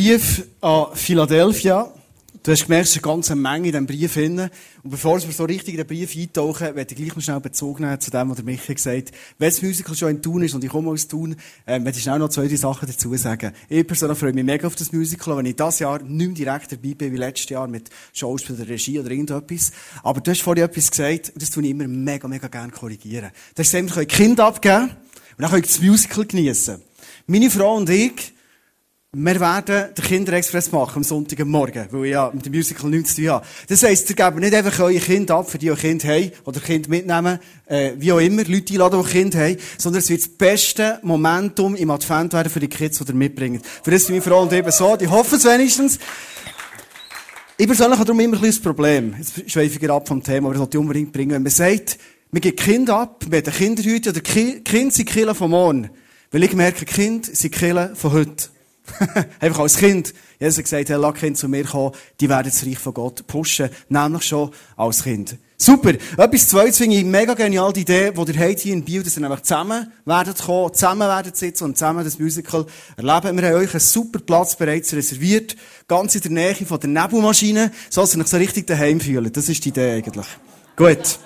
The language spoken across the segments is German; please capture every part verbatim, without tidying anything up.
Brief an Philadelphia. Du hast gemerkt, es ist eine ganze Menge in diesem Brief drin. Und bevor wir so richtig in den Brief eintauchen, möchte ich gleich noch schnell Bezug nehmen zu dem, was der Michi gesagt hat. Wenn das Musical schon in Thun ist und ich komme aus Thun, äh, möchte ich schnell noch zwei, drei Sachen dazu sagen. Ich persönlich freue mich mega auf das Musical, wenn ich dieses Jahr nicht mehr direkt dabei bin wie letztes Jahr mit Schauspiel oder Regie oder irgendetwas. Aber du hast vorhin etwas gesagt, und das tue ich immer mega, mega gerne korrigieren. Du hast gesagt, wir können Kinder abgeben und dann können wir das Musical geniessen. Meine Frau und ich, wir werden den Kinderexpress machen am Sonntagmorgen, weil ich ja mit dem Musical nichts zu tun habe. Das heisst, ihr gebt nicht einfach eure Kinder ab, für die, die Kinder haben, oder Kinder mitnehmen, äh, wie auch immer, Leute einladen, die Kinder haben, sondern es wird das beste Momentum im Advent werden für die Kids, die ihr mitbringt. Für das sind meine Frau und ich eben so, ich hoffe es wenigstens. Ich persönlich habe darum immer ein bisschen das Problem, jetzt schweife ich ab vom Thema, aber das wollte ich unbedingt bringen, wenn man sagt, wir geben Kinder ab, wir haben Kinderhüte, oder Ki- Kinder sind Kinder von morgen. Weil ich merke, Kinder sind Kinder von heute. Einfach als Kind. Jesus hat gesagt, hey, lass Kinder zu mir kommen, die werden das Reich von Gott pushen. Nämlich schon als Kind. Super. Etwas Zweites finde ich mega genial, die Idee, die ihr habt hier in Biel, dass ihr nämlich zusammen werden kommen, zusammen werden sitzen und zusammen das Musical erleben. Wir haben euch einen super Platz bereits reserviert, ganz in der Nähe von der Nebelmaschine, so dass ihr euch so richtig daheim fühlt. Das ist die Idee eigentlich. Gut.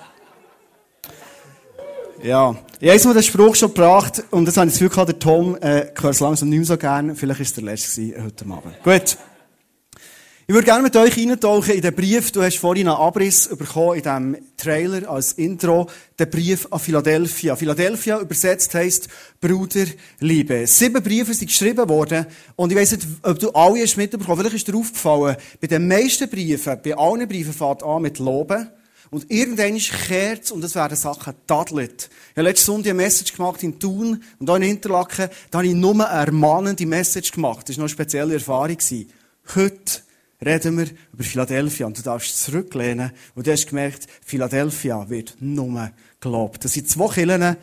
Ja. Ich habe mal den Spruch schon gebracht, und das habe ich das Gefühl gehabt, der Tom, äh, hört es langsam nicht mehr so gerne. Vielleicht ist es der letzte gewesen, heute Abend. Gut. Ich würde gerne mit euch eintauchen in den Brief. Du hast vorhin einen Abriss bekommen in diesem Trailer als Intro. Den Brief an Philadelphia. Philadelphia übersetzt heisst Bruderliebe. Sieben Briefe sind geschrieben worden. Und ich weiss nicht, ob du alle hast mitbekommen. Vielleicht ist dir aufgefallen, bei den meisten Briefen, bei allen Briefen fängt an mit Loben. Und irgendwann kehrt es, und das werden Sachen tadelt. Ich habe letzten Sonntag eine Message gemacht in Thun und auch in Interlaken. Da habe ich nur eine ermahnende Message gemacht. Das war noch eine spezielle Erfahrung. Heute reden wir über Philadelphia. Und du darfst zurücklehnen. Und du hast gemerkt, Philadelphia wird nur gelobt. Das sind zwei Kirchen,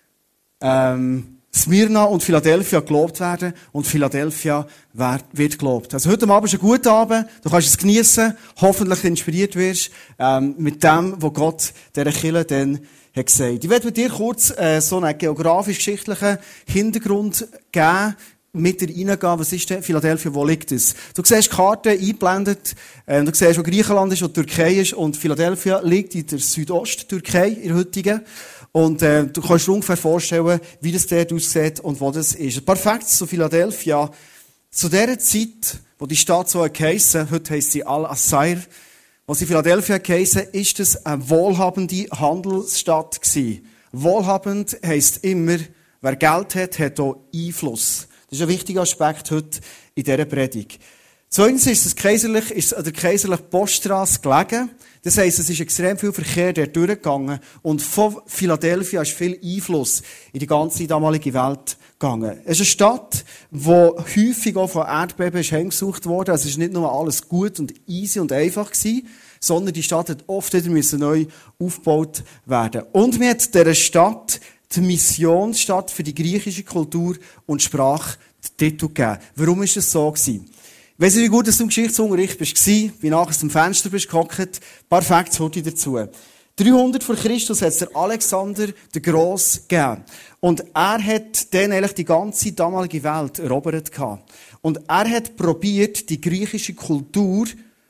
ähm, Smyrna und Philadelphia gelobt werden und Philadelphia wird gelobt. Also heute Abend ist ein guter Abend, du kannst es geniessen, hoffentlich inspiriert wirst ähm, mit dem, was Gott dieser Kirche dann hat gesagt. Ich werde mit dir kurz äh, so einen geografisch-geschichtlichen Hintergrund geben, mit dir reingehen, was ist denn Philadelphia, wo liegt es? Du siehst die Karte eingeblendet, äh, du siehst, wo Griechenland ist, wo die Türkei ist, und Philadelphia liegt in der Südost-Türkei, in der heutigen. Und äh, du kannst dir ungefähr vorstellen, wie das dort aussieht und wo das ist. Ein paar Facts zu Philadelphia. Zu dieser Zeit, wo die Stadt so geheissen, heute heisst sie Al-Asair, wo sie Philadelphia geheissen, ist es eine wohlhabende Handelsstadt gewesen. Wohlhabend heisst immer, wer Geld hat, hat auch Einfluss. Das ist ein wichtiger Aspekt heute in dieser Predigt. Zweitens ist es kaiserlich, ist an der kaiserlichen Poststrasse gelegen. Das heisst, es ist extrem viel Verkehr dort durchgegangen. Und von Philadelphia ist viel Einfluss in die ganze damalige Welt gegangen. Es ist eine Stadt, die häufig auch von Erdbeben heimgesucht wurde. Also es ist nicht nur alles gut und easy und einfach gewesen, sondern die Stadt hat oft wieder müssen neu aufgebaut werden. Und mir hat dieser Stadt die Missionsstadt für die griechische Kultur und Sprache den Titel gegeben. Warum ist es so gewesen? Ich weiss nicht, wie gut du im Geschichtsunterricht warst, wie nachher zum Fenster bist gehockt. Ein paar Facts heute dazu. dreihundert vor Christus hat es der Alexander der Grosse gegeben. Und er hat dann eigentlich die ganze damalige Welt erobert gehabt. Und er hat probiert, die griechische Kultur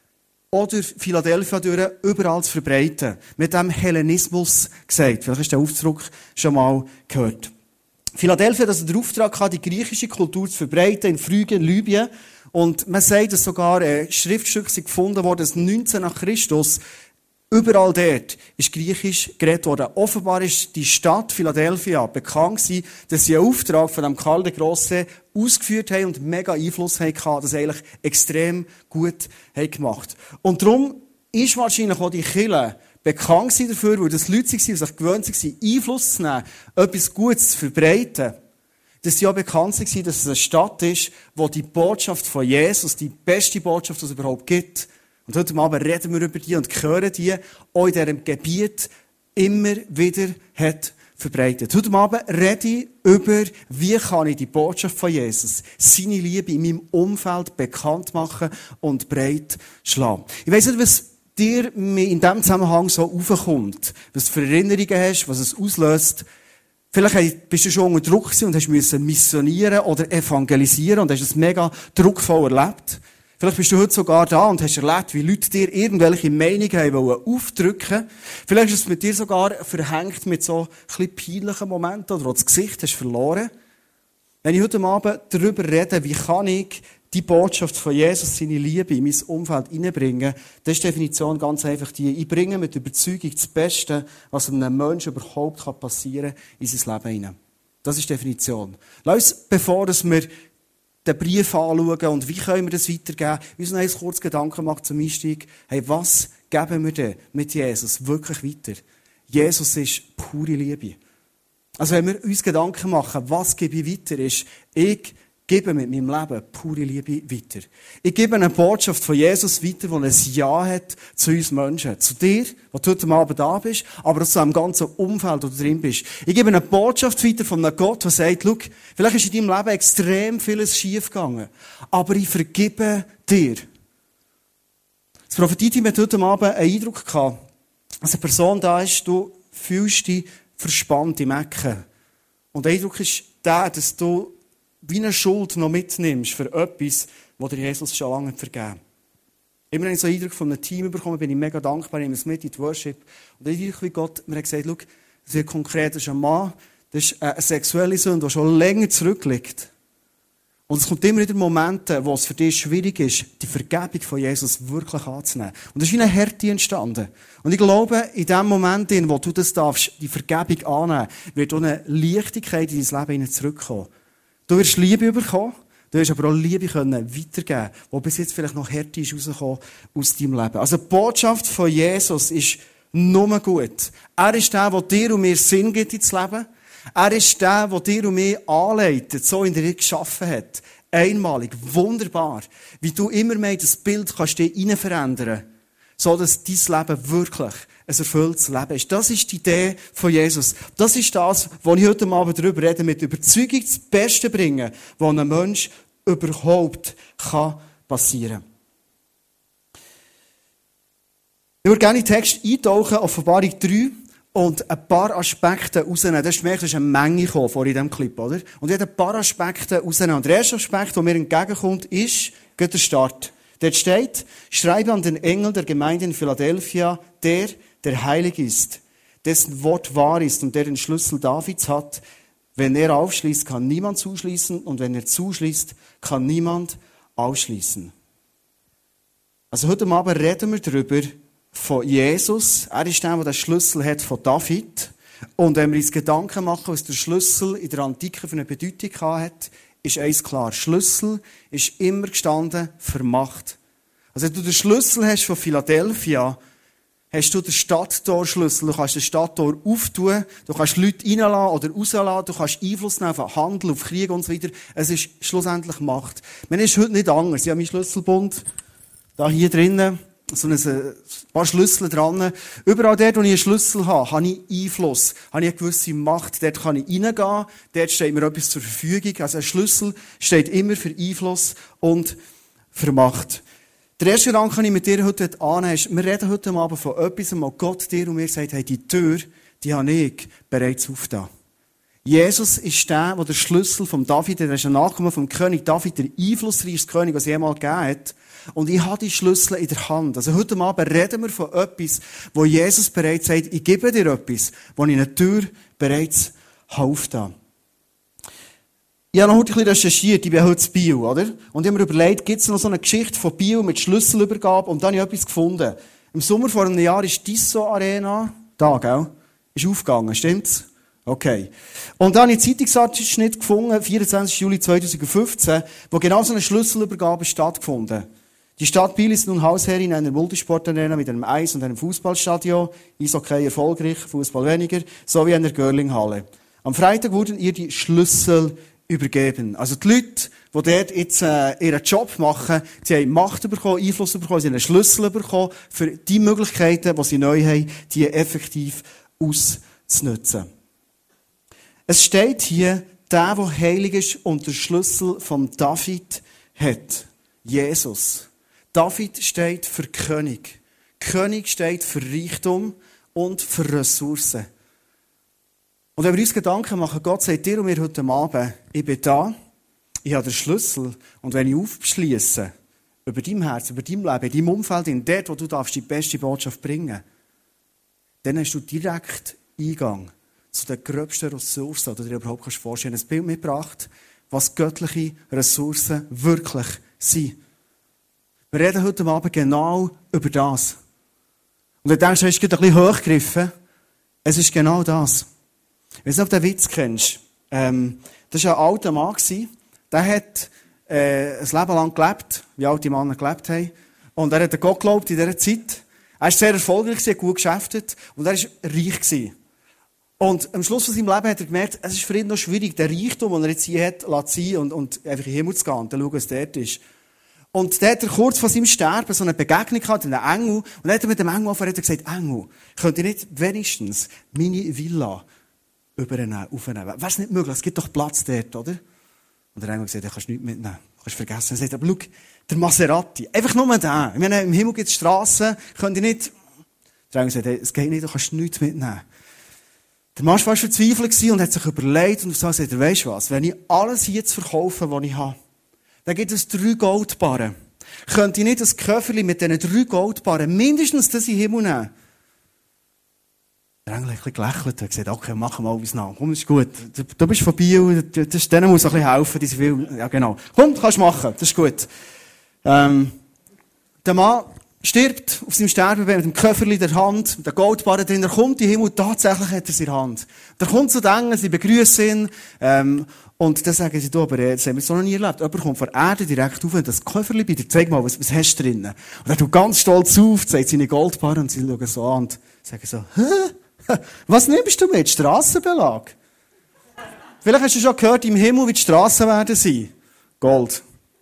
oder Philadelphia durch überall zu verbreiten. Mit dem Hellenismus gesagt. Vielleicht hast du den Aufdruck schon mal gehört. Philadelphia hat also den Auftrag gehabt, die griechische Kultur zu verbreiten in Phrygien, Libyen. Und man sagt, dass sogar äh, Schriftstücke sind gefunden worden, dass neunzehn nach Christus überall dort ist Griechisch geredet worden. Offenbar ist die Stadt Philadelphia bekannt gewesen, dass sie einen Auftrag von dem Karl der Grosse ausgeführt haben und mega Einfluss hatten, das eigentlich extrem gut haben gemacht. Und darum ist wahrscheinlich auch die Kirche bekannt gewesen dafür, weil das Leute waren, die sich gewöhnt waren, Einfluss zu nehmen, etwas Gutes zu verbreiten. Dass sie auch bekannt waren, dass es eine Stadt ist, wo die Botschaft von Jesus, die beste Botschaft, die es überhaupt gibt. Und heute Abend reden wir über die und hören die auch in diesem Gebiet immer wieder hat verbreitet. Heute Abend rede ich über, wie kann ich die Botschaft von Jesus, seine Liebe in meinem Umfeld bekannt machen und breit schlagen. Ich weiss nicht, was dir in diesem Zusammenhang so aufkommt, was du für Erinnerungen hast, was es auslöst. Vielleicht bist du schon unter Druck gewesen und hast müssen missionieren oder evangelisieren und hast es mega druckvoll erlebt. Vielleicht bist du heute sogar da und hast erlebt, wie Leute dir irgendwelche Meinungen haben wollen aufdrücken. Vielleicht ist es mit dir sogar verhängt mit so ein bisschen peinlichen Momenten oder wo du das Gesicht hast verloren. Wenn ich heute Abend darüber rede, wie kann ich die Botschaft von Jesus, seine Liebe in mein Umfeld hineinbringen, dann ist die Definition ganz einfach die: Ich bringe mit Überzeugung das Beste, was einem Menschen überhaupt passieren kann, in sein Leben hinein. Das ist die Definition. Lass uns, bevor wir den Brief anschauen und wie können wir das weitergeben, uns noch einen kurzen Gedanken machen zum Einstieg. Hey, was geben wir denn mit Jesus wirklich weiter? Jesus ist pure Liebe. Also wenn wir uns Gedanken machen, was gebe ich weiter, ist, ich gebe mit meinem Leben pure Liebe weiter. Ich gebe eine Botschaft von Jesus weiter, die ein Ja hat zu uns Menschen. Zu dir, wo du heute Abend da bist, aber auch zu einem ganzen Umfeld, wo du drin bist. Ich gebe eine Botschaft weiter von einem Gott, der sagt, schau, vielleicht ist in deinem Leben extrem vieles schief gegangen, aber ich vergebe dir. Das Prophetie-Team hat heute Abend einen Eindruck gehabt, dass eine Person da ist, du fühlst dich verspannt im Ecken. Und der Eindruck ist der, dass du wie eine Schuld noch mitnimmst für etwas, das dir Jesus schon lange vergeben hat. Immer wenn ich so einen Eindruck von einem Team bekomme, bin ich mega dankbar, ich nehme es mit in die Worship. Und der Eindruck, wie Gott mir hat gesagt, schau, das ist konkret, das ist ein Mann, das ist eine sexuelle Sünde, die schon länger zurückliegt. Und es kommt immer wieder Momente, wo es für dich schwierig ist, die Vergebung von Jesus wirklich anzunehmen. Und es ist wie eine Härte entstanden. Und ich glaube, in dem Moment, in wo du das darfst, die Vergebung annehmen, wird auch eine Leichtigkeit in dein Leben zurückkommen. Du wirst Liebe bekommen, du wirst aber auch Liebe können weitergeben, die bis jetzt vielleicht noch Härte ist rausgekommen aus deinem Leben. Also die Botschaft von Jesus ist nur gut. Er ist der, der dir und mir Sinn gibt ins Leben. Er ist der, der dir und mir anleitet, so in dir geschaffen hat. Einmalig, wunderbar. Wie du immer mehr das Bild kannst dir hinein verändern, so dass dein Leben wirklich ein erfülltes Leben ist. Das ist die Idee von Jesus. Das ist das, was ich heute Abend darüber rede, mit Überzeugung das Beste bringen, was einem Mensch überhaupt kann passieren. Ich würde gerne in den Text eintauchen, Offenbarung drei, und ein paar Aspekte rausnehmen. Du hast gemerkt, da ist eine Menge gekommen vor in diesem Clip, oder? Und ich werde ein paar Aspekte rausnehmen. Und der erste Aspekt, der mir entgegenkommt, ist der Start. Dort steht, schreibe an den Engel der Gemeinde in Philadelphia, der, der heilig ist, dessen Wort wahr ist und der den Schlüssel Davids hat. Wenn er aufschließt, kann niemand zuschließen, und wenn er zuschließt, kann niemand ausschließen. Also heute Abend reden wir darüber, von Jesus. Er ist der, der den Schlüssel hat von David. Und wenn wir uns Gedanken machen, was der Schlüssel in der Antike für eine Bedeutung hat, ist eins klar. Schlüssel ist immer gestanden für Macht. Also wenn du den Schlüssel hast von Philadelphia, hast du den Stadttorschlüssel. Du kannst den Stadttor auftun, du kannst Leute reinlassen oder rauslassen, du kannst Einfluss nehmen auf Handel, auf Krieg und so weiter. Es ist schlussendlich Macht. Man ist heute nicht anders. Ich habe meinen Schlüsselbund da hier drinnen, so ein paar Schlüssel dran. Überall dort, wo ich einen Schlüssel habe, habe ich Einfluss, habe ich eine gewisse Macht. Dort kann ich reingehen, dort steht mir etwas zur Verfügung. Also ein Schlüssel steht immer für Einfluss und für Macht. Der erste Gedanke, den ich mit dir heute annehmen ist, wir reden heute Abend von etwas, wo Gott dir und mir sagt, hey, die Tür, die habe ich bereits aufgetan. Jesus ist der, der den Schlüssel von David, der ist ein Nachkomme vom König David, der einflussreichste König, was es jemals gegeben hat. Und ich habe die Schlüssel in der Hand. Also heute Abend reden wir von etwas, wo Jesus bereits sagt, ich gebe dir etwas, wo ich eine Tür bereits aufgetan. Ich habe noch heute ein bisschen recherchiert, ich bin heute in Biel, oder? Und ich habe mir überlegt, gibt es noch so eine Geschichte von Biel mit Schlüsselübergabe? Und dann habe ich etwas gefunden. Im Sommer vor einem Jahr ist die Tissot Arena, da, gell? Ist aufgegangen, stimmt's? Okay. Und dann habe ich einen Zeitungsabschnitt gefunden, vierundzwanzigsten Juli zweitausendfünfzehn, wo genau so eine Schlüsselübergabe stattgefunden. Die Stadt Biel ist nun Hausherrin einer Multisportarena mit einem Eis- und einem Fußballstadion, Eishockey erfolgreich, Fußball weniger, sowie einer Girlinghalle. Am Freitag wurden ihr die Schlüssel übergeben. Also die Leute, die dort jetzt äh, ihren Job machen, sie haben Macht bekommen, Einfluss bekommen, sie haben einen Schlüssel bekommen, für die Möglichkeiten, die sie neu haben, die effektiv auszunutzen. Es steht hier, der, der heilig ist und den Schlüssel von David hat. Jesus. David steht für König. König steht für Reichtum und für Ressourcen. Und wenn wir uns Gedanken machen, Gott sagt dir und mir heute Abend, ich bin da, ich habe den Schlüssel, und wenn ich aufschliesse, über dein Herz, über dein Leben, in deinem Umfeld, in dort, wo du darfst die beste Botschaft bringen, dann hast du direkt Eingang zu den gröbsten Ressourcen, die du dir überhaupt vorstellen kannst. Ein Bild mitgebracht, was göttliche Ressourcen wirklich sind. Wir reden heute Abend genau über das. Und du denkst, du hast gerade ein bisschen hochgegriffen. Es ist genau das. Ich weiß nicht, ob du den Witz kennst. Ähm, das war ein alter Mann, der hat äh, ein Leben lang gelebt, wie alte Männer gelebt haben. Und er hat an Gott geglaubt in dieser Zeit. Er war sehr erfolgreich, hat gut geschäftet und er war reich gewesen. Und am Schluss von seinem Leben hat er gemerkt, es ist für ihn noch schwierig, den Reichtum, den er jetzt hier hat, zu ziehen und, und einfach in den Himmel zu gehen und dann schauen, was dort ist. Und dann hat er kurz vor seinem Sterben so eine Begegnung gehabt mit einem Engel. Und dann hat er mit dem Engel angefangen, hat er gesagt, Engel, könnt ihr nicht wenigstens meine Villa übernehmen, aufnehmen? Wäre es nicht möglich? Es gibt doch Platz dort, oder? Und der Engel hat gesagt, du kannst nichts mitnehmen. Du kannst vergessen. Er sagt, aber schau, der Maserati, einfach nur den. Ich meine, im Himmel gibt es Strassen, könnt ihr nicht... Der Engel sagt, es geht nicht, du kannst nichts mitnehmen. Der Mann war fast verzweifelt und hat sich überlegt und so gesagt, er, weisst du was, wenn ich alles hier zu verkaufen, was ich habe, dann gibt es drei Goldbarren. Könnte ich nicht das Köfferli mit diesen drei Goldbarren mindestens das in den Himmel nehmen? Der Engel hat ein bisschen gelächelt und gesagt, okay, mach mal was nach. Komm, das ist gut. Du, du bist von Biel, das, denen muss ein bisschen helfen, diese viel, ja genau. Komm, kannst du machen, das ist gut. Ähm, der Mann stirbt auf seinem Sterbebett mit dem Köfferli in der Hand, mit der Goldbarre drin. Er kommt in den Himmel, tatsächlich hat er es in der Hand. Er kommt zu den Engeln, sie begrüßen ihn, ähm, und dann sagen sie, du, aber das haben wir so noch nie erlebt. Jemand kommt von der Erde direkt auf und das Köfferli bei dir, zeig mal, was, was hast du drinnen? Und er tut ganz stolz auf, zeigt seine Goldbarre und sie schauen so an und sagen so, hä? Was nimmst du mit? Strassenbelag? Vielleicht hast du schon gehört, im Himmel, wie die Strassen werden sein. Gold.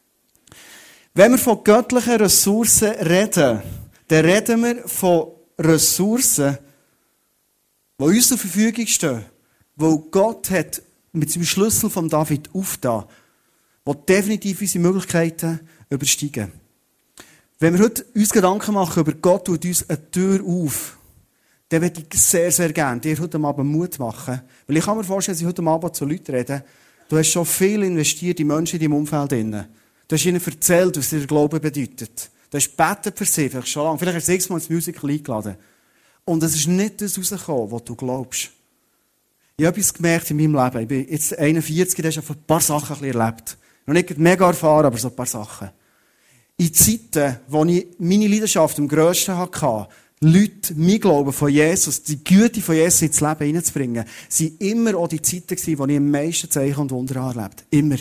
Wenn wir von göttlichen Ressourcen reden, dann reden wir von Ressourcen, die uns zur Verfügung stehen, die Gott hat mit seinem Schlüssel von David aufgetan, die definitiv unsere Möglichkeiten übersteigen. Wenn wir heute uns Gedanken machen über Gott tut uns eine Tür auf, dann würde ich sehr, sehr gerne dir heute Abend Mut machen. Weil ich kann mir vorstellen, dass ich heute Abend zu Leuten rede, du hast schon viel investiert in Menschen in deinem Umfeld. Du hast ihnen erzählt, was ihr Glaube bedeutet. Du hast gebetet für sie, vielleicht schon lange. Vielleicht hast du sechsmal ins Musical eingeladen. Und es ist nicht das rausgekommen, was du glaubst. Ich habe etwas gemerkt in meinem Leben. Ich bin jetzt einundvierzig, da habe ich ein paar Sachen erlebt. Noch nicht mega erfahren, aber so ein paar Sachen. In Zeiten, wo ich meine Leidenschaft am grössten hatte, Leute, mein Glauben von Jesus, die Güte von Jesus ins Leben hineinzubringen, waren immer auch die Zeiten, wo ich am meisten Zeichen und Wunder erlebt. Immer.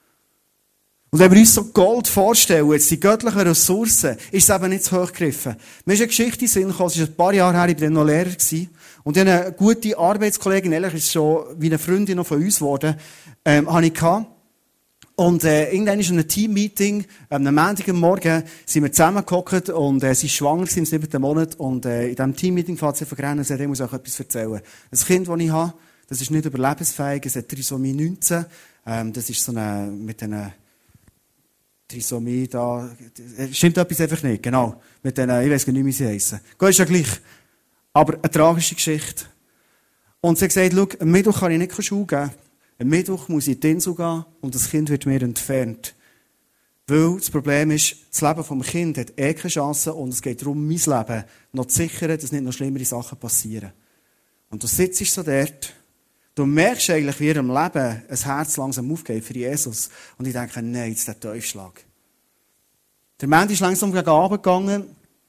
Und wenn wir uns so Gold vorstellen, jetzt die göttlichen Ressourcen, ist es eben nicht zu hoch gegriffen. Mir ist eine Geschichte in den Sinn gekommen, es ist ein paar Jahre her, ich war dann noch Lehrer gewesen. Und ich hatte eine gute Arbeitskollegin, ehrlich ist schon wie eine Freundin noch von uns geworden, ähm, habe ich gehabt. Und, äh, irgendwann ist ein Team-Meeting, ähm, am Montag am Morgen sind wir zusammengehockt und, äh, sie ist schwanger im siebten Monat und, äh, in diesem Team-Meeting fährt sie verrennen und sagt, ich muss euch etwas erzählen. Das Kind, das ich habe, das ist nicht überlebensfähig, es hat Trisomie neunzehn, ähm, das ist so eine, mit einer, Trisomie da, stimmt etwas einfach nicht, genau. Mit denen, ich weiss gar nicht, wie sie heissen. Gut, ist ja gleich. Aber eine tragische Geschichte. Und sie hat gesagt, schau, am Mittwoch kann ich nicht Schule geben. Am Mittwoch muss ich in die Insel gehen und das Kind wird mir entfernt. Weil das Problem ist, das Leben vom Kind hat eh keine Chance und es geht darum, mein Leben noch zu sichern, dass nicht noch schlimmere Sachen passieren. Und du sitzt so dort, du merkst eigentlich, wie ihrem Leben ein Herz langsam aufgeht für Jesus. Und ich denke, nein, jetzt der Teufschlag. Der Mensch ist langsam gegen Abend gegangen.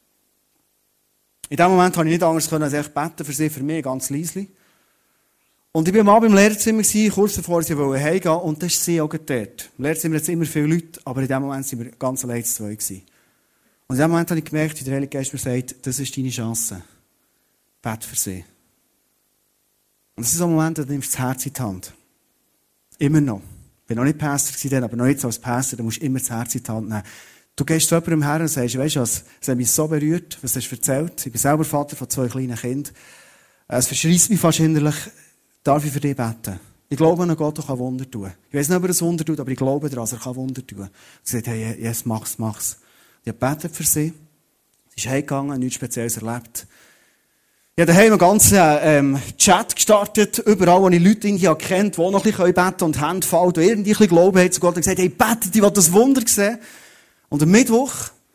In dem Moment konnte ich nicht anders können, als echt beten für sie, für mich, ganz leise. Und ich war mal im Lehrerzimmer, kurz bevor sie heimgehen wollten, und da ist sie auch dort. Im Lehrerzimmer hat es immer viele Leute, aber in dem Moment waren wir ganz allein zu zwei gewesen. Und in dem Moment habe ich gemerkt, wie der Heilige Geist mir sagt, das ist deine Chance. Bet für sie. Und das ist so ein Moment, da nimmst du das Herz in die Hand. Immer noch. Ich war noch nicht Pastor gewesen, aber noch jetzt als Pastor, da musst du immer das Herz in die Hand nehmen. Du gehst zu jemandem her und sagst, weisst du was, es hat mich so berührt, was hast du erzählt. Ich bin selber Vater von zwei kleinen Kindern. Es verschreisst mich fast innerlich. Darf ich für dich beten? Ich glaube an Gott, der kann Wunder tun. Ich weiss nicht, ob er ein Wunder tut, aber ich glaube daran, dass er kann Wunder tun. Sie sagt, hey, yes, mach's, mach's. Ich habe gebetet für sie. Sie ist heimgegangen, nichts Spezielles erlebt. Ich Ich habe daheim einen ganzen ähm, Chat gestartet, überall, wo ich Leute irgendwie kennt, die auch noch ein bisschen beten können und Hände fallen, die irgendwie ein bisschen Glauben haben zu Gott, und gesagt, hey, betet, ich will das Wunder sehen. Und am Mittwoch,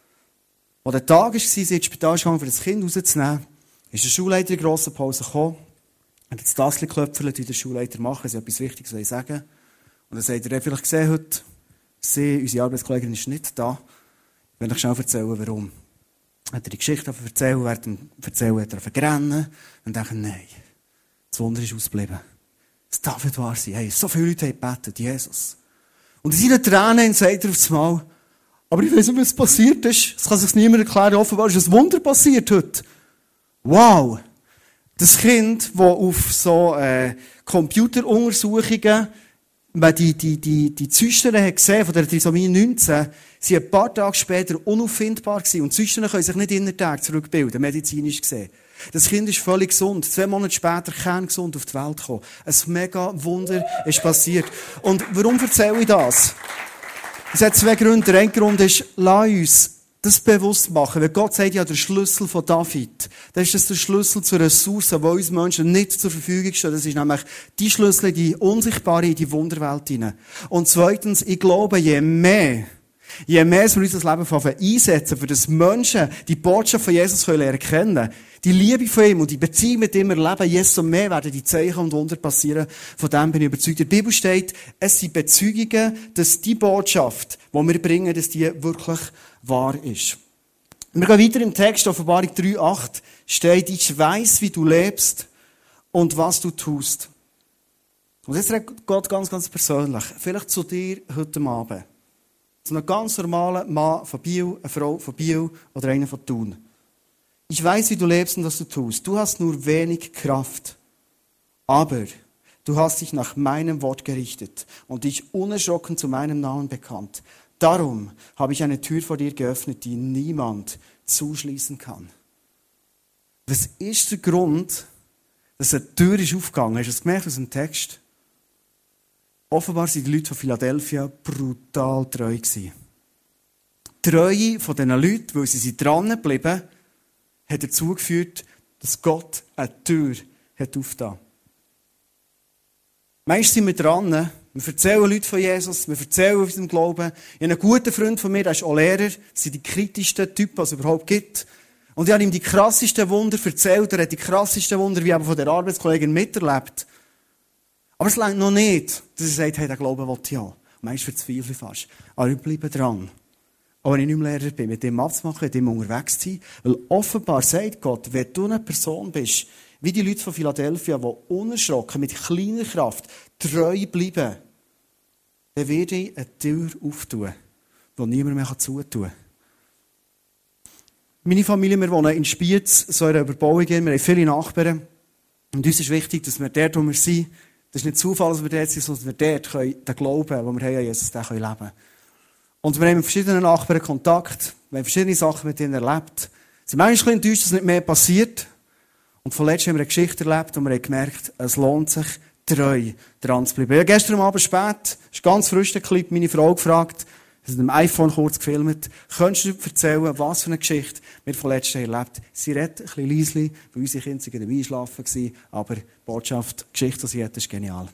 wo der Tag war, sie ins Spital gegangen, um das Kind rauszunehmen, ist der Schulleiter in grosser Pause gekommen, hat das Tassel geklöpfelt, wie der Schulleiter macht, wenn sie etwas Wichtiges sagen. Und dann sagt er, er hat vielleicht gesehen heute, sie, unsere Arbeitskollegin ist nicht da. Ich will euch schnell erzählen, warum. Hat er die Geschichte erzählt, während er erzählt hat er vergerannt. Und dachte, nein, das Wunder ist ausgeblieben. Es darf nicht wahr sein. Hey, so viele Leute haben gebetet, Jesus. Und in seinen Tränen sagt er aufs Mal, aber ich weiss nicht, was passiert ist. Es kann sich niemand erklären. Offenbar ist ein Wunder passiert heute. Wow! Das Kind, das auf so äh, Computeruntersuchungen die, die, die, die Zysten hat gesehen von der Trisomie neunzehn, sie ein paar Tage später unauffindbar gewesen. Und Zysten können sich nicht in den Tag zurückbilden, medizinisch gesehen. Das Kind ist völlig gesund. Zwei Monate später kerngesund auf die Welt gekommen. Ein mega Wunder ist passiert. Und warum erzähle ich das? Es hat zwei Gründe. Der eine Grund ist, lass uns das bewusst machen. Wenn Gott sagt, ja, der Schlüssel von David, dann ist das der Schlüssel zur Ressource, die uns Menschen nicht zur Verfügung steht. Das ist nämlich die Schlüssel in die unsichtbare, in die Wunderwelt hinein. Und zweitens, ich glaube, je mehr, je mehr wir unser Leben einsetzen, für das Menschen die Botschaft von Jesus lernen können, die Liebe von ihm und die Beziehung mit ihm erleben, desto mehr werden die Zeichen und Wunder passieren. Von dem bin ich überzeugt. In der Bibel steht, es sind Bezeugungen, dass die Botschaft, die wir bringen, dass die wirklich wahr ist. Wir gehen weiter im Text, Offenbarung drei acht, steht, ich weiss, wie du lebst und was du tust. Und jetzt redet Gott ganz, ganz persönlich, vielleicht zu dir heute Abend. Zu einem ganz normalen Mann von Biel, eine Frau von Biel oder einer von Thun. Ich weiß, wie du lebst und was du tust. Du hast nur wenig Kraft. Aber du hast dich nach meinem Wort gerichtet und dich unerschrocken zu meinem Namen bekannt. Darum habe ich eine Tür vor dir geöffnet, die niemand zuschließen kann. Was ist der Grund, dass eine Tür ist aufgegangen? Hast du das gemerkt aus dem Text? Offenbar waren die Leute von Philadelphia brutal treu gewesen. Die Treue von diesen Leuten, weil sie sind dran geblieben, hat dazu geführt, dass Gott eine Tür hat aufgetan. Meist sind wir dran, wir erzählen Leuten von Jesus, wir erzählen von unserem Glauben. Ich habe einen guten Freund von mir, der ist auch Lehrer, das sind die kritischsten Typen, die es überhaupt gibt. Und ich habe ihm die krassesten Wunder erzählt, er hat die krassesten Wunder, wie er von der Arbeitskollegin miterlebt. Aber es reicht noch nicht, dass er sagt, hey, der Glaube will ich haben. Meist verzweifle ich fast. Aber ich bleibe dran. Auch wenn ich nicht mehr Lehrer bin, mit dem abzumachen, mit dem unterwegs zu sein. Weil offenbar sagt Gott, wenn du eine Person bist, wie die Leute von Philadelphia, die unerschrocken, mit kleiner Kraft, treu bleiben, dann werde ich eine Tür auftun, die niemand mehr zutun kann. Meine Familie, wir wohnen in Spiez, so in einer Überbauung, wir haben viele Nachbarn. Und uns ist wichtig, dass wir dort, wo wir sind, das ist nicht Zufall, dass wir dort sind, sondern dass wir dort können, den Glauben, den wir haben an Jesus, den können leben. Und wir haben mit verschiedenen Nachbarn Kontakt, wir haben verschiedene Sachen mit ihnen erlebt. Sie sind manchmal enttäuscht, dass nicht mehr passiert. Und vorletzt haben wir eine Geschichte erlebt und wir haben gemerkt, es lohnt sich, treu dran zu bleiben. Ich habe gestern Abend spät, ist ganz frisch der Clip, meine Frau gefragt, sie hat mit dem iPhone kurz gefilmt, könntest du erzählen, was für eine Geschichte wir vorletzt haben erlebt? Sie redet ein bisschen leislich, weil unsere Kinder sind im Einschlafen waren, aber die Botschaft, die Geschichte, die sie hat, ist genial.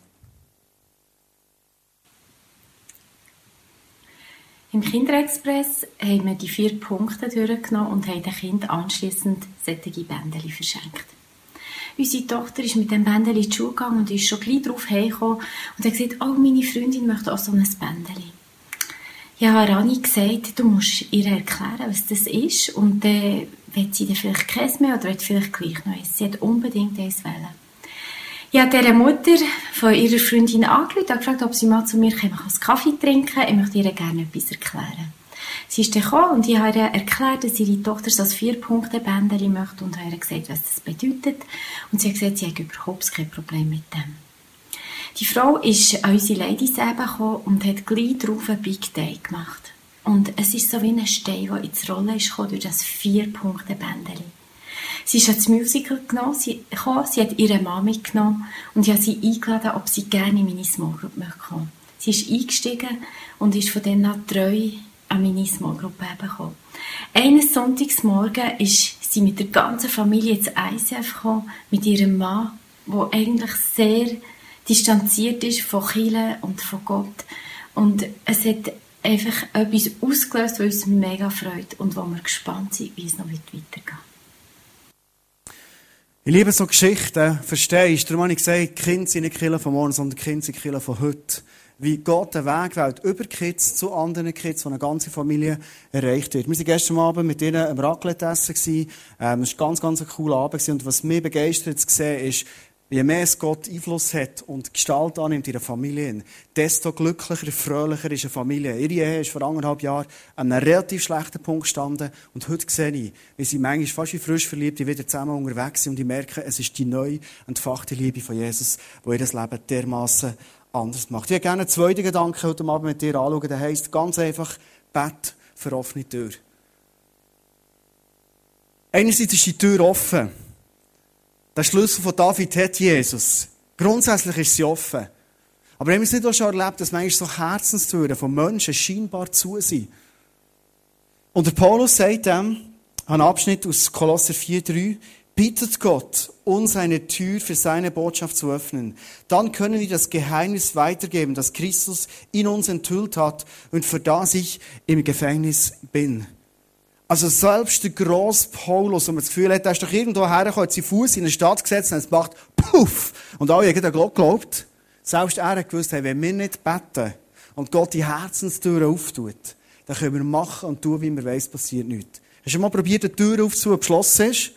Im Kinderexpress haben wir die vier Punkte durchgenommen und haben den Kindern anschliessend solche Bändchen verschenkt. Unsere Tochter ist mit dem Bändchen in die Schule gegangen und ist schon gleich darauf hergekommen und hat gesagt, oh, meine Freundin möchte auch so ein Bändchen. Ja, Rani gesagt, du musst ihr erklären, was das ist und dann äh, will sie dann vielleicht keins mehr oder will vielleicht gleich noch eins. Sie hat unbedingt eins wollen. Ich habe dieser Mutter von ihrer Freundin angerufen und gefragt, ob sie mal zu mir kommen kann, einen Kaffee trinken. Ich möchte ihr gerne etwas erklären. Sie ist dann gekommen und ich habe ihr erklärt, dass ihre Tochter so ein Vier-Punkte-Bändchen möchte und habe ihr gesagt, was das bedeutet. Und sie hat gesagt, sie hat überhaupt kein Problem mit dem. Die Frau ist an unsere Ladies eben gekommen und hat gleich darauf einen Big Day gemacht. Und es ist so wie ein Stein, der ins Rollen ist gekommen durch das Vier-Punkte-Bändchen. Sie ist ans Musical genommen, sie, gekommen, sie hat ihre Mama mitgenommen und ich habe sie eingeladen, ob sie gerne in meine Small Group kommen möchte. Sie ist eingestiegen und ist von dann an treu an meine Small Group gekommen. Eines Sonntagsmorgen ist ist sie mit der ganzen Familie ins I C F gekommen, mit ihrem Mann, der eigentlich sehr distanziert ist von Kirche und von Gott. Und es hat einfach etwas ausgelöst, was uns mega freut und wo wir gespannt sind, wie es noch weitergehen wird. Ich liebe so Geschichten, verstehst du? Darum habe ich gesagt, die Kinder sind nicht Kinder von morgen, sondern die Kinder sind Kinder von heute. Wie Gott den Weg wählt, über Kids zu anderen Kids, wo eine ganze Familie erreicht wird. Wir waren gestern Abend mit ihnen am Raclette essen. Ähm, es war ganz, ganz ein cooler Abend. Und was mich begeistert zu sehen, ist, je mehr es Gott Einfluss hat und Gestalt annimmt in der Familie, desto glücklicher, fröhlicher ist eine Familie. Ihre Ehe ist vor anderthalb Jahren an einem relativ schlechten Punkt gestanden. Und heute sehe ich, wie sie manchmal fast wie frisch Verliebte wieder zusammen unterwegs sind und ich merke, es ist die neu entfachte Liebe von Jesus, die ihr das Leben dermassen anders macht. Ich würde gerne einen zweiten Gedanken heute Abend mit dir anschauen. Der heisst ganz einfach, Bett für offene Tür. Einerseits ist die Tür offen. Der Schlüssel von David hat Jesus. Grundsätzlich ist sie offen. Aber haben wir es nicht auch schon erlebt, dass manchmal so Herzenstüren von Menschen scheinbar zu sind? Und der Paulus sagt dem, ein Abschnitt aus Kolosser vier drei, bittet Gott, uns eine Tür für seine Botschaft zu öffnen. Dann können wir das Geheimnis weitergeben, das Christus in uns enthüllt hat und für das ich im Gefängnis bin. Also selbst der grosse Paulus, wo man das Gefühl hat, der ist doch irgendwo hergekommen, hat seinen Fuß in eine Stadt gesetzt und es macht puff! Und alle haben an Gott geglaubt. Selbst er hat gewusst, hey, wenn wir nicht beten und Gott die Herzenstüren auftut, dann können wir machen und tun, wie wir weiss, passiert nichts. Hast du schon mal probiert, eine Tür aufzutun, die geschlossen ist?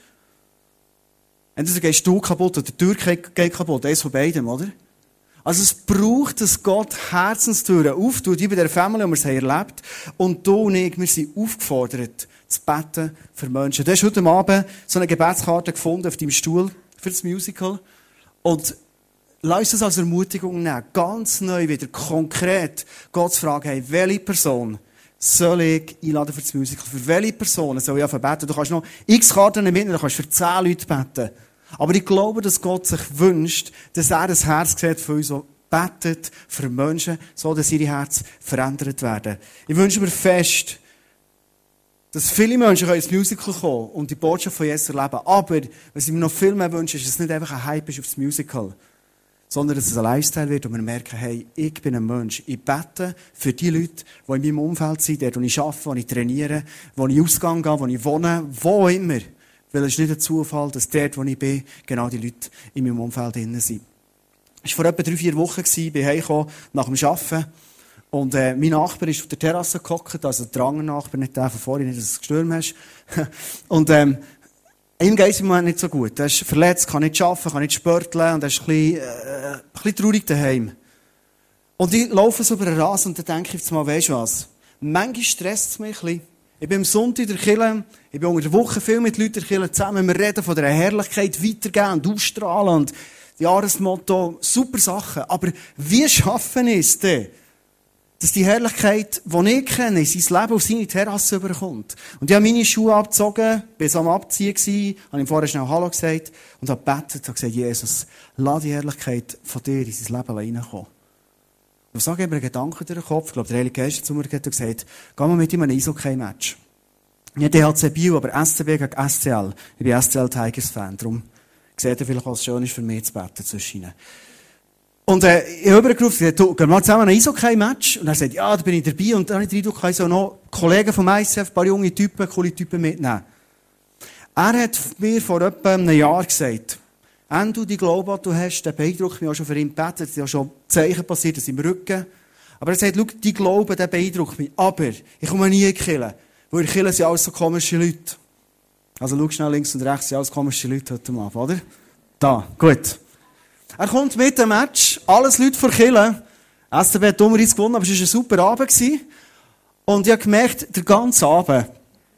Entweder gehst du kaputt oder die Tür geht kaputt. Eines von beidem, oder? Also es braucht, dass Gott Herzenstüren auftut, wie bei der Familie, die wir es haben erlebt. Und du und ich, wir sind aufgefordert, zu beten für Menschen. Du hast heute Abend so eine Gebetskarte gefunden auf deinem Stuhl für das Musical. Und lass uns das als Ermutigung nehmen. Ganz neu wieder, konkret, Gott zu fragen, hey, welche Person soll ich einladen für das Musical? Für welche Personen soll ich anfangen beten? Du kannst noch x Karten mitnehmen, du kannst für zehn Leute beten. Aber ich glaube, dass Gott sich wünscht, dass er das Herz sieht für uns, so betet für Menschen, so dass ihre Herzen verändert werden. Ich wünsche mir fest, dass viele Menschen ins Musical kommen und die Botschaft von Jesus erleben. Aber, was ich mir noch viel mehr wünsche, ist, dass es nicht einfach ein Hype ist auf das Musical, sondern dass es ein Lifestyle wird und wir merken, hey, ich bin ein Mensch. Ich bete für die Leute, die in meinem Umfeld sind, dort, wo ich arbeite, wo ich trainiere, wo ich Ausgang gehe, wo ich wohne, wo immer. Weil es ist nicht ein Zufall, dass dort, wo ich bin, genau die Leute in meinem Umfeld drin sind. Es war vor etwa drei, vier Wochen, ich bin heimgekommen nach dem Arbeiten. Und äh, mein Nachbar ist auf der Terrasse gehockt, also der andere Nachbar, nicht der von vorhin, nicht, dass du es gestürmt hast. Und ähm, ihm geht es im Moment nicht so gut. Er ist verletzt, kann nicht arbeiten, kann nicht sporteln und er ist ein bisschen, äh, ein bisschen traurig daheim. Und ich laufe so über den Rasen und dann denke ich jetzt mal, weisst du was? Manchmal stresst es mich ein bisschen. Ich bin am Sonntag in der Kirche, ich bin unter der Woche viel mit Leuten in der Kirche zusammen, wir reden von der Herrlichkeit weitergeben und ausstrahlen und Jahresmotto, super Sachen. Aber wie schaffen wir es denn, dass die Herrlichkeit, die ich kenne, in sein Leben auf seine Terrasse überkommt? Und ich habe meine Schuhe abgezogen, bin so am Abziehen gewesen, habe ihm vorher schnell Hallo gesagt und habe gebetet, habe gesagt, Jesus, lass die Herrlichkeit von dir in sein Leben reinkommen. Und so gebe ich mir einen Gedanken durch den Kopf. Ich glaube, der Heilige Geist hat zu mir gesagt, geh mal mit ihm in ein Eishockey-Match. Nicht D H C Biel, aber S C B gegen S C L. Ich bin S C L Tigers-Fan. Darum seht ihr vielleicht, was schön ist für mich zu beten zwischen ihnen. Und äh, ich habe übergerufen, gehen wir mal zusammen ein Eishockey-Match. Und er sagt, ja, da bin ich dabei. Und dann habe ich den Eindruck, ich so noch Kollegen vom I C F, ein paar junge Typen, coole Typen mitnehmen. Er hat mir vor etwa einem Jahr gesagt, wenn du die Glaube, die du hast, der beeindruckt mich auch schon für ihn gebetet, es sind ja schon Zeichen passiert, dass im Rücken. Aber er sagt, schau, die Glaube, der beeindruckt mich. Aber ich komme nie in die Kirche, weil in der Kirche sind alles so komische Leute. Also schau schnell links und rechts, sind alles komische Leute heute Abend, oder? Da, gut. Er kommt mit dem Match, alles Leute vor Kirche. S C B hat dummerweise gewonnen, aber es war ein super Abend. Und ich habe gemerkt, der ganze Abend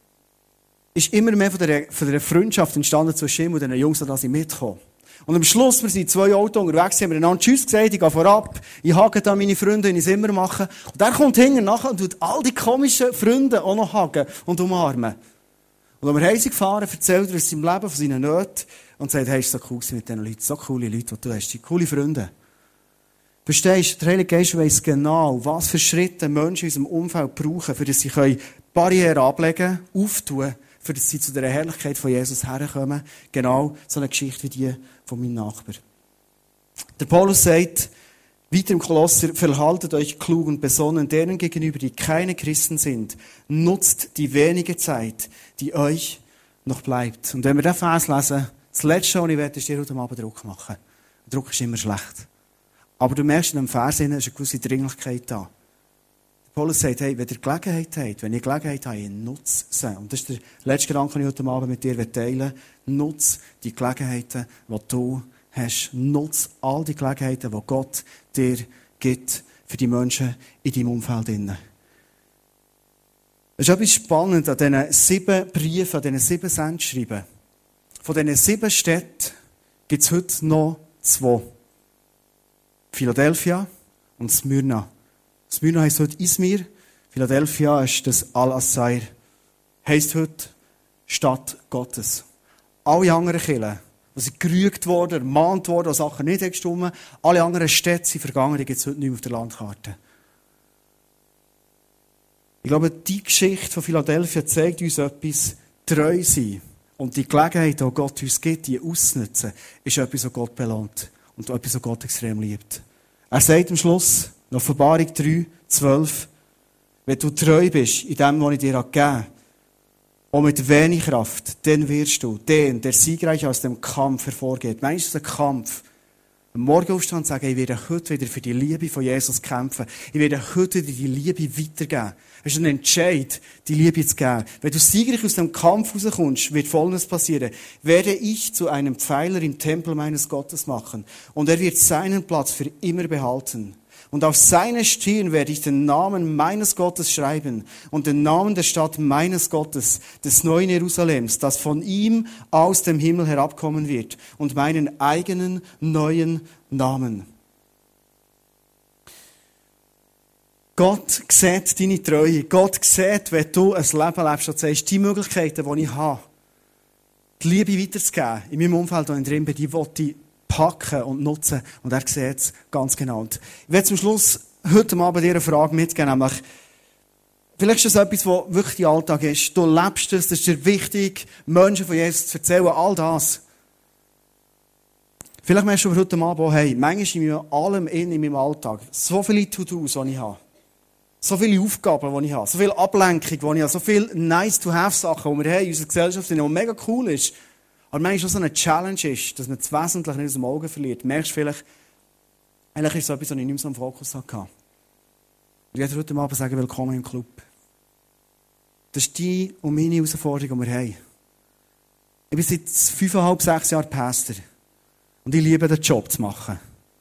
ist immer mehr von der, von der Freundschaft entstanden zwischen ihm und den Jungs, dass sie mitkommen. Und am Schluss, wir sind zwei Autos unterwegs, haben wir einander Tschüss gesagt, ich gehe vorab, ich hage da meine Freunde, die ich es immer mache. Und der kommt hinten nachher und tut all die komischen Freunde auch noch hagen und umarmen. Und als wir heim sind gefahren, erzählt er aus seinem Leben, von seinen Nöten und sagt, hey, ist so cool mit diesen Leuten, so coole Leute, die du hast, die coole Freunde. Verstehst du, der Heilige Geist weiss genau, was für Schritte Menschen in unserem Umfeld brauchen, für dass sie Barrieren ablegen können, auftun, für dass sie zu der Herrlichkeit von Jesus herkommen. Genau so eine Geschichte wie die von meinem Nachbar. Der Paulus sagt, weiter im Kolosser, verhaltet euch klug und besonnen denen gegenüber, die keine Christen sind. Nutzt die wenige Zeit, die euch noch bleibt. Und wenn wir diesen Vers lesen, das Letzte, was ich werde, ist dir heute Abend Druck machen. Druck ist immer schlecht. Aber du merkst, in dem Vers ist eine gewisse Dringlichkeit da. Paulus sagt, hey, wenn ihr Gelegenheit habt, wenn ihr Gelegenheit habt, nutze sie. Und das ist der letzte Gedanke, den ich heute Abend mit dir teilen will. Nutze die Gelegenheiten, die du hast. Nutze all die Gelegenheiten, die Gott dir gibt für die Menschen in deinem Umfeld. Es ist etwas spannend an diesen sieben Briefen, an diesen sieben Sendschreiben. Von diesen sieben Städten gibt es heute noch zwei. Philadelphia und Smyrna. Smyrna heisst heute Izmir. Philadelphia ist das Al-Asair. Heisst heute Stadt Gottes. Alle anderen Kirchen, die sind gerügt worden, ermahnt worden, die Sachen nicht gestimmt, alle anderen Städte sind vergangen, die gibt es heute nicht mehr auf der Landkarte. Ich glaube, die Geschichte von Philadelphia zeigt uns etwas, treu sein. Und die Gelegenheit, die Gott uns gibt, die auszunutzen, ist etwas, was Gott belohnt. Und etwas, was Gott extrem liebt. Er sagt am Schluss, in Offenbarung drei, zwölf, wenn du treu bist in dem, was ich dir gegeben habe, und mit wenig Kraft, dann wirst du den, der siegreich aus dem Kampf hervorgeht. Meinst du, ein Kampf? Am Morgen aufstehen und sagen, ich werde heute wieder für die Liebe von Jesus kämpfen. Ich werde heute wieder die Liebe weitergeben. Es ist ein Entscheid, die Liebe zu geben. Wenn du siegreich aus dem Kampf rauskommst, wird Folgendes passieren. Werde ich zu einem Pfeiler im Tempel meines Gottes machen. Und er wird seinen Platz für immer behalten. Und auf seine Stirn werde ich den Namen meines Gottes schreiben und den Namen der Stadt meines Gottes, des neuen Jerusalems, das von ihm aus dem Himmel herabkommen wird, und meinen eigenen neuen Namen. Gott sieht deine Treue. Gott sieht, wenn du ein Leben lebst und sagst, die Möglichkeiten, die ich habe, die Liebe weiterzugeben, in meinem Umfeld, wo ich drin bin, die will ich packen und nutzen. Und er sieht es ganz genau. Und ich werde zum Schluss heute Abend dir eine Frage mitgeben, nämlich, vielleicht ist das etwas, was wirklich dein Alltag ist. Du lebst es, das ist dir wichtig, Menschen von Jesus zu erzählen, all das. Vielleicht merkst du aber heute Abend auch, hey, manchmal in allem in, in meinem Alltag, so viele To-Dos, die ich habe, so viele Aufgaben, die ich habe, so viel Ablenkung, die ich habe, so viele Nice-to-have-Sachen, die wir haben in unserer Gesellschaft, die mega cool ist. Aber manchmal auch so eine Challenge ist, dass man das Wesentliche nicht aus dem Auge verliert. Merkst du vielleicht, eigentlich ist es etwas, was ich nicht mehr so im Fokus hatte. Und ich werde heute Abend sagen, willkommen im Club. Das ist die und meine Herausforderung, die wir haben. Ich bin seit fünfeinhalb, sechs Jahren Pastor. Und ich liebe den Job zu machen.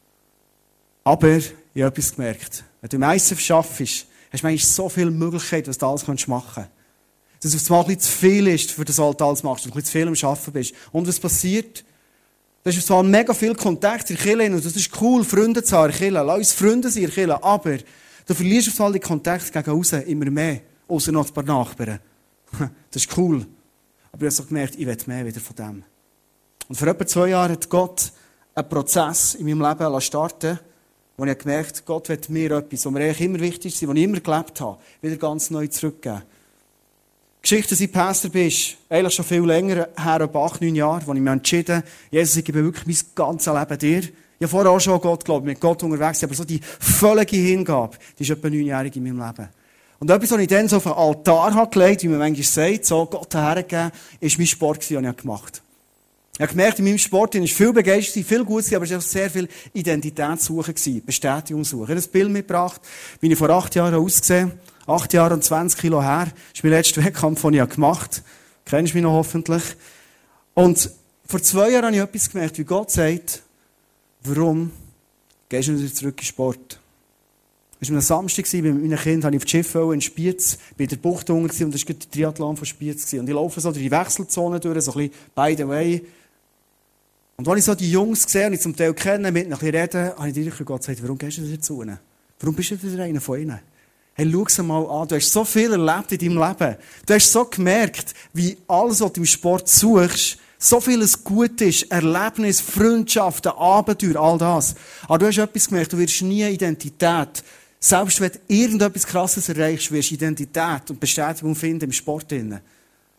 Aber ich habe etwas gemerkt. Wenn du im I C F arbeitest, hast du manchmal so viele Möglichkeiten, was du alles machen kannst. Dass es mal ein bisschen zu viel ist, für das du alles machst, dass du ein bisschen zu viel am Arbeiten bist. Und was passiert? Da ist zwar mega viel Kontakt in der Kirche, und das ist cool, Freunde zu haben in der Kirche. Lass uns Freunde sein in der Kirche. Aber du verlierst auf all die Kontakte gegen außen immer mehr. Außer noch ein paar Nachbarn. Das ist cool. Aber ich habe so gemerkt, ich will mehr wieder von dem. Und vor etwa zwei Jahren hat Gott einen Prozess in meinem Leben starten, wo ich gemerkt habe, Gott will mir etwas, was mir eigentlich immer wichtig ist, was ich immer gelebt habe, wieder ganz neu zurückgeben. Geschichte, seit Pastor bist, eigentlich schon viel länger her, etwa acht, neun Jahre, wo ich mich entschieden habe, Jesus, ich gebe wirklich mein ganzes Leben dir. Ich habe vorher auch schon an Gott geglaubt, mit Gott unterwegs, aber so die völlige Hingabe, die ist etwa neunjährig in meinem Leben. Und etwas, was ich dann so auf den Altar habe gelegt, wie man manchmal sagt, so Gott hergegeben, ist mein Sport, den ich gemacht habe. Ich habe gemerkt, in meinem Sport war viel begeistert, viel gut, aber es war auch sehr viel Identitätssuche, Bestätigung suchen. Ich habe ein Bild mitgebracht, wie ich vor acht Jahren ausgesehen habe. Acht Jahre und zwanzig Kilo her. Das ist mein letzter Wettkampf, den ich gemacht habe. Kennst du mich noch hoffentlich. Und vor zwei Jahren habe ich etwas gemerkt, wie Gott sagt, warum gehst du wieder zurück in den Sport? Es war am Samstag, mit meinen Kindern, habe ich auf das Schiff in Spiez, bei der Bucht unten und das war der Triathlon von Spiez. Und ich laufe so durch die Wechselzone durch, so ein bisschen by the way. Und als ich so die Jungs sehe und ich zum Teil kenne, mit ihnen ein bisschen reden, habe ich direkt Gott gesagt, warum gehst du wieder zu ihnen? Warum bist du wieder einer von ihnen? Hey, schau sie mal an. Du hast so viel erlebt in deinem Leben. Du hast so gemerkt, wie alles, was du im Sport suchst, so vieles gut ist. Erlebnis, Freundschaften, Abenteuer, all das. Aber du hast etwas gemerkt, du wirst nie Identität. Selbst wenn du irgendetwas Krasses erreichst, wirst du Identität und Bestätigung finden im Sport.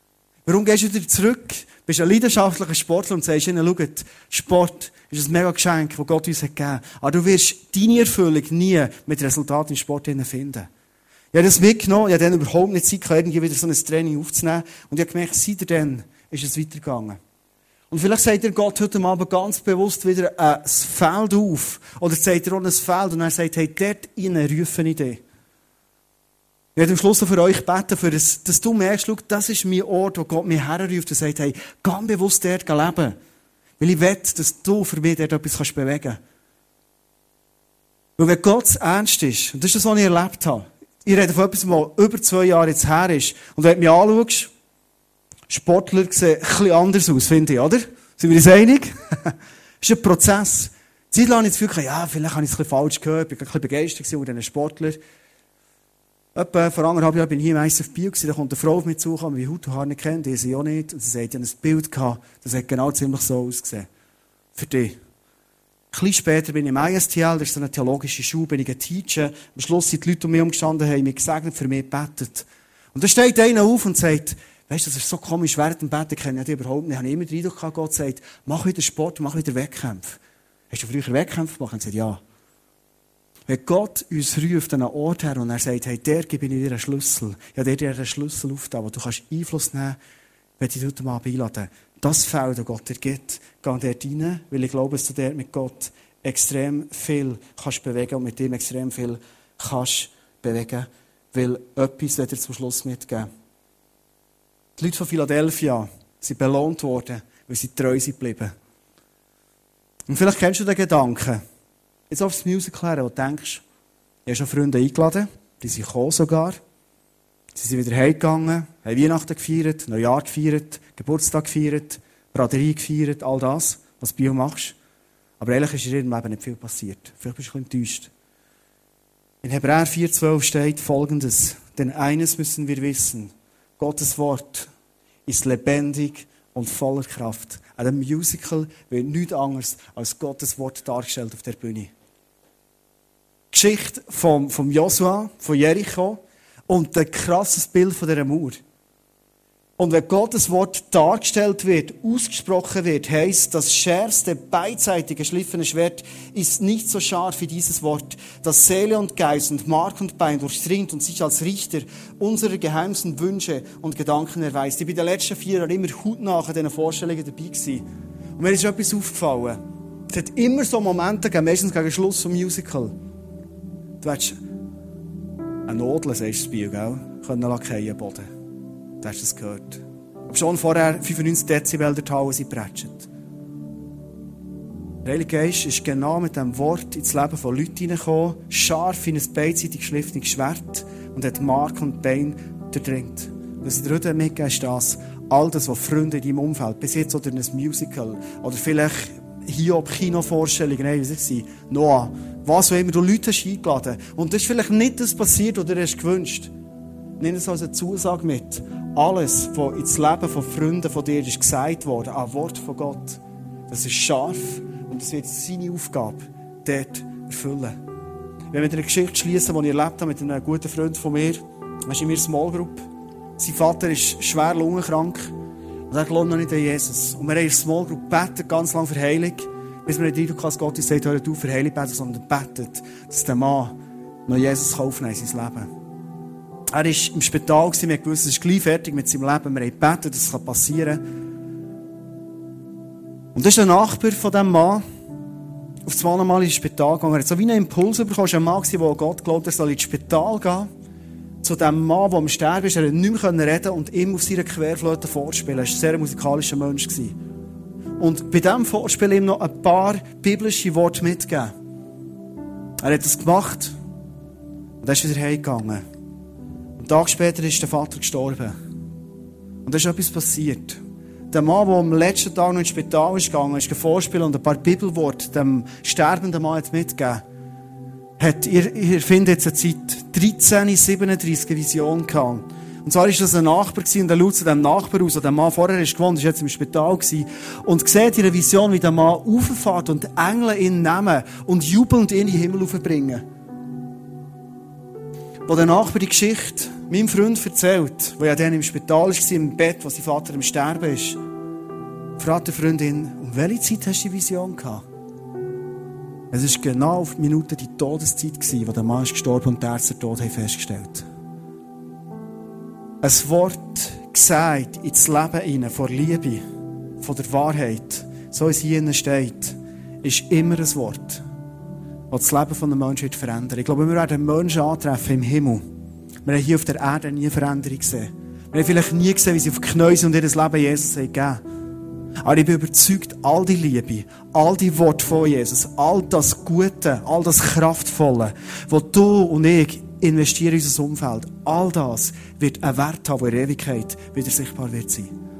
Warum gehst du wieder zurück? Du bist ein leidenschaftlicher Sportler und sagst ihnen, schau, Sport ist ein mega Geschenk, das Gott uns hat gegeben. Aber du wirst deine Erfüllung nie mit Resultaten im Sport finden. Ich habe das mitgenommen, ich hatte dann überhaupt nicht Zeit, irgendwie wieder so ein Training aufzunehmen. Und ich habe gemerkt, seitdem ist es weitergegangen. Und vielleicht sagt dir Gott heute Abend ganz bewusst wieder ein Feld auf. Oder sagt er auch ein Feld und er sagt, hey, dort rein rufe ich dich. Ich werde am Schluss für euch beten, für das, dass du merkst, schau, das ist mein Ort, wo Gott mich herruft und sagt, hey, ganz bewusst dort leben. Weil ich will, dass du für mich dort etwas bewegen kannst. Weil wenn Gott ernst ist, und das ist das, was ich erlebt habe, ich rede von etwas, was über zwei Jahre jetzt her ist, und wenn du mich anschaust, Sportler sehen ein bisschen anders aus, finde ich, oder? Sind wir uns einig? Das ist ein Prozess. Zeit lang habe ich das Gefühl, ja, vielleicht habe ich es ein bisschen falsch gehört, ich war ein bisschen begeistert über diesen Sportler. Etwa vor anderthalb Jahren bin ich hier im I S F Biel gewesen, da kommt eine Frau auf mich zu, die mich Haut und Haar nicht kennt, die sie auch nicht, und sie sagt, ich habe ein Bild gehabt, das hat genau ziemlich so ausgesehen. Für dich. Ein bisschen später bin ich im I S T L, das ist so eine theologische Schule, bin ich ein Teacher. Am Schluss sind die Leute um mich umgestanden, haben mich gesegnet, für mich gebetet. Und da steht einer auf und sagt, weisst du, das ist so komisch, während dem Beten kenne ich dich überhaupt nicht. Ich habe immer den Eindruck gehabt, Gott sagt, mach wieder Sport, mach wieder Wettkämpfe. Hast du früher Wettkämpfe gemacht? Und ich habe gesagt, ja. Wenn Gott uns ruft an einen Ort her und er sagt, hey, der gebe ich dir einen Schlüssel. Ja, der dir einen Schlüssel aufgetan, wo du kannst Einfluss nehmen kannst, wenn ich dich heute Abend einladen. Das Feld, das Gott dir gibt, geh dort rein, weil ich glaube, dass du dort mit Gott extrem viel kannst bewegen und mit ihm extrem viel kannst bewegen, weil etwas wird dir zum Schluss mitgeben. Die Leute von Philadelphia sind belohnt worden, weil sie treu sind geblieben. Und vielleicht kennst du den Gedanken, jetzt aufs Musical her, wo du denkst, ich habe schon Freunde eingeladen, die sind gekommen sogar, sie sind wieder heimgegangen, haben Weihnachten gefeiert, Neujahr gefeiert, Geburtstag gefeiert, Braderie gefeiert, all das, was du machst. Aber ehrlich ist in ihrem Leben nicht viel passiert. Vielleicht bist du ein bisschen enttäuscht. In Hebräer vier zwölf steht Folgendes, denn eines müssen wir wissen, Gottes Wort ist lebendig und voller Kraft. An einem Musical wird nichts anderes als Gottes Wort dargestellt auf der Bühne. Die Geschichte von, von Josua, von Jericho und ein krasses Bild von dieser Mauer. Und wenn Gottes Wort dargestellt wird, ausgesprochen wird, heisst, das schärfste, beidseitig geschliffene Schwert ist nicht so scharf wie dieses Wort, das Seele und Geist und Mark und Bein durchdringt und sich als Richter unserer geheimsten Wünsche und Gedanken erweist. Ich bin in den letzten vier Jahren immer hautnah an diesen Vorstellungen dabei gewesen. Und mir ist etwas aufgefallen. Es hat immer so Momente gegeben, meistens gegen Schluss vom Musical. Du hättest eine Nodel, sagst du das Bier, gell? Können lackieren am Boden. Du hast es gehört. Aber schon vorher fünfundneunzig Dezibel der Halle sind prätschend. Der Heilige Geist ist genau mit diesem Wort ins Leben von Leuten hineingekommen, scharf in ein beidseitig geschliffenes Schwert und hat Mark und Bein durchdringt. Was ich dir heute mitgebe, ist das, all das, was Freunde in deinem Umfeld, bis jetzt oder ein Musical, oder vielleicht Hiob, Kinovorstellungen, nein, wie sie Noah, was auch immer, du Leute hast eingeladen. Und das ist vielleicht nicht das passiert, was du dir hast gewünscht. Nimm es als eine Zusage mit. Alles, was ins Leben von Freunden von dir ist gesagt worden, ein Wort von Gott, das ist scharf und das wird seine Aufgabe dort erfüllen. Ich will mit einer Geschichte schließen, die ich erlebt habe mit einem guten Freund von mir. Er ist in meiner Small Group. Sein Vater ist schwer lungenkrank und er glaubt noch nicht an Jesus. Und wir haben in der Small Group gebetet, ganz lange für Heilung, bis wir nicht Eindruck haben, dass Gott uns sagt, hör nicht auf für Heilung beten, sondern betet, dass der Mann noch Jesus aufnehmen kann in sein Leben. Er war im Spital, wir haben gewusst, er ist gleich fertig mit seinem Leben. Wir haben gebetet, dass es passieren kann. Und das ist ein Nachbar von diesem Mann, auf zwei Mal ins Spital gegangen. Er hat so wie einen Impuls bekommen. Er war ein Mann, der Gott glaubt, er soll ins Spital gehen. Zu dem Mann, der am Sterben ist. Er konnte nicht mehr reden und ihm auf seiner Querflöte vorspielen. Er war ein sehr musikalischer Mensch. Und bei diesem Vorspiel ihm noch ein paar biblische Worte mitgegeben. Er hat das gemacht und er ist wieder heimgegangen. Einen Tag später ist der Vater gestorben. Und da ist etwas passiert. Der Mann, der am letzten Tag noch ins Spital ist gegangen, ist vorspielen und ein paar Bibelworte dem sterbenden Mann mitgegeben hat. Ihr, ihr findet jetzt eine Zeit dreizehn siebenunddreißig eine Vision gehabt. Und zwar war das ein Nachbar und er schaut zu dem Nachbar aus, der der Mann vorher ist gewohnt, ist jetzt im Spital gewesen, und sieht in der Vision, wie der Mann rauffährt und Engel ihn nehmen und jubelnd in den Himmel raufbringen. wo der Nachbar die Geschichte meinem Freund erzählt, der ja dann im Spital war, im Bett, wo sein Vater am Sterben ist, fragt die Freundin, um welche Zeit hast du die Vision gehabt? Es war genau auf die Minute die Todeszeit, wo der Mann ist gestorben und die Ärzte den Tod haben festgestellt. Ein Wort gesagt ins Leben hinein, von Liebe, von der Wahrheit, so wie es hier steht, ist immer ein Wort, das das Leben von einem Menschen verändert. Ich glaube, wir werden Menschen antreffen im Himmel. Wir haben hier auf der Erde nie Veränderung gesehen. Wir haben vielleicht nie gesehen, wie sie auf die Knie sind und ihr Leben Jesus gegeben haben. Aber ich bin überzeugt, all die Liebe, all die Worte von Jesus, all das Gute, all das Kraftvolle, was du und ich investieren in unser Umfeld, all das wird einen Wert haben, der in der Ewigkeit wieder sichtbar wird sein.